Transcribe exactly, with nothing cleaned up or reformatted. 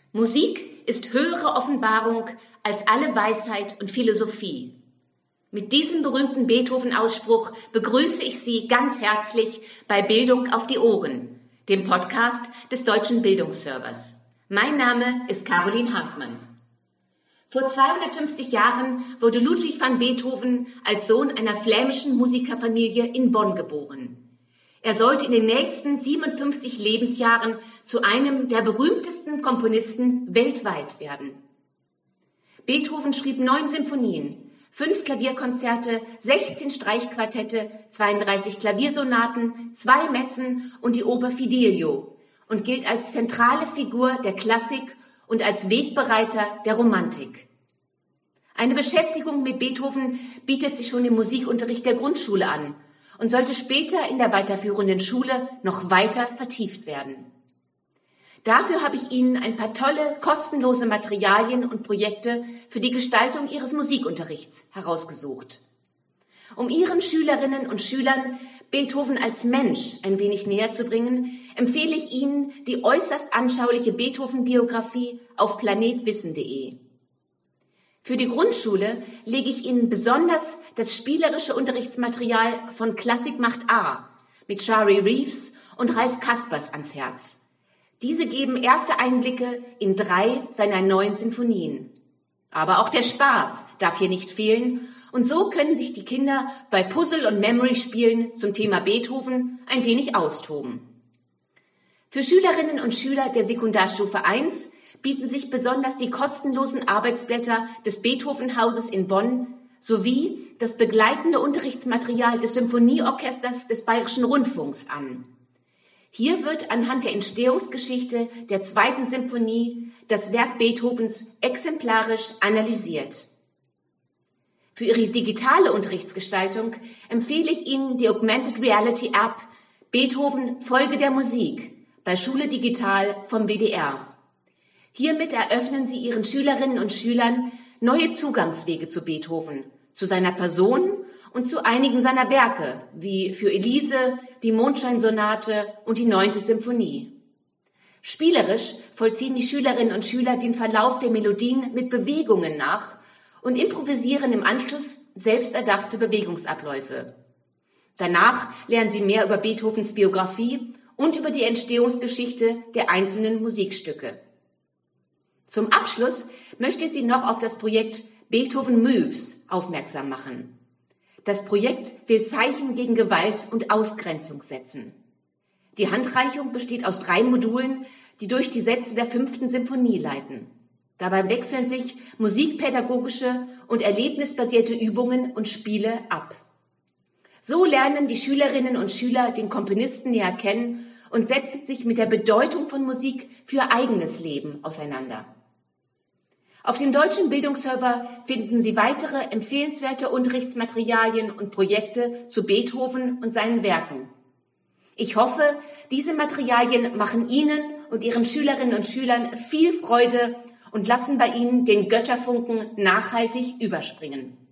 Musik ist höhere Offenbarung als alle Weisheit und Philosophie. Mit diesem berühmten Beethoven-Ausspruch begrüße ich Sie ganz herzlich bei Bildung auf die Ohren, dem Podcast des Deutschen Bildungsservers. Mein Name ist Caroline Hartmann. Vor zweihundertfünfzig Jahren wurde Ludwig van Beethoven als Sohn einer flämischen Musikerfamilie in Bonn geboren. Er sollte in den nächsten siebenundfünfzig Lebensjahren zu einem der berühmtesten Komponisten weltweit werden. Beethoven schrieb neun Symphonien, fünf Klavierkonzerte, sechzehn Streichquartette, zweiunddreißig Klaviersonaten, zwei Messen und die Oper Fidelio und gilt als zentrale Figur der Klassik und als Wegbereiter der Romantik. Eine Beschäftigung mit Beethoven bietet sich schon im Musikunterricht der Grundschule an und sollte später in der weiterführenden Schule noch weiter vertieft werden. Dafür habe ich Ihnen ein paar tolle, kostenlose Materialien und Projekte für die Gestaltung Ihres Musikunterrichts herausgesucht. Um Ihren Schülerinnen und Schülern Beethoven als Mensch ein wenig näher zu bringen, empfehle ich Ihnen die äußerst anschauliche Beethoven-Biografie auf planetwissen punkt de. Für die Grundschule lege ich Ihnen besonders das spielerische Unterrichtsmaterial von Klassik macht A mit Shari Reeves und Ralf Kaspers ans Herz. Diese geben erste Einblicke in drei seiner neun Symphonien. Aber auch der Spaß darf hier nicht fehlen und so können sich die Kinder bei Puzzle- und Memory-Spielen zum Thema Beethoven ein wenig austoben. Für Schülerinnen und Schüler der Sekundarstufe eins bieten sich besonders die kostenlosen Arbeitsblätter des Beethoven-Hauses in Bonn sowie das begleitende Unterrichtsmaterial des Symphonieorchesters des Bayerischen Rundfunks an. Hier wird anhand der Entstehungsgeschichte der zweiten Symphonie das Werk Beethovens exemplarisch analysiert. Für Ihre digitale Unterrichtsgestaltung empfehle ich Ihnen die Augmented Reality App Beethoven Folge der Musik bei Schule Digital vom B D R. Hiermit eröffnen Sie Ihren Schülerinnen und Schülern neue Zugangswege zu Beethoven, zu seiner Person und zu einigen seiner Werke, wie für Elise, die Mondscheinsonate und die neunte Symphonie. Spielerisch vollziehen die Schülerinnen und Schüler den Verlauf der Melodien mit Bewegungen nach und improvisieren im Anschluss selbsterdachte Bewegungsabläufe. Danach lernen sie mehr über Beethovens Biografie und über die Entstehungsgeschichte der einzelnen Musikstücke. Zum Abschluss möchte ich Sie noch auf das Projekt Beethoven Moves aufmerksam machen. Das Projekt will Zeichen gegen Gewalt und Ausgrenzung setzen. Die Handreichung besteht aus drei Modulen, die durch die Sätze der fünften Symphonie leiten. Dabei wechseln sich musikpädagogische und erlebnisbasierte Übungen und Spiele ab. So lernen die Schülerinnen und Schüler den Komponisten näher kennen und setzen sich mit der Bedeutung von Musik für ihr eigenes Leben auseinander. Auf dem Deutschen Bildungsserver finden Sie weitere empfehlenswerte Unterrichtsmaterialien und Projekte zu Beethoven und seinen Werken. Ich hoffe, diese Materialien machen Ihnen und Ihren Schülerinnen und Schülern viel Freude und lassen bei Ihnen den Götterfunken nachhaltig überspringen.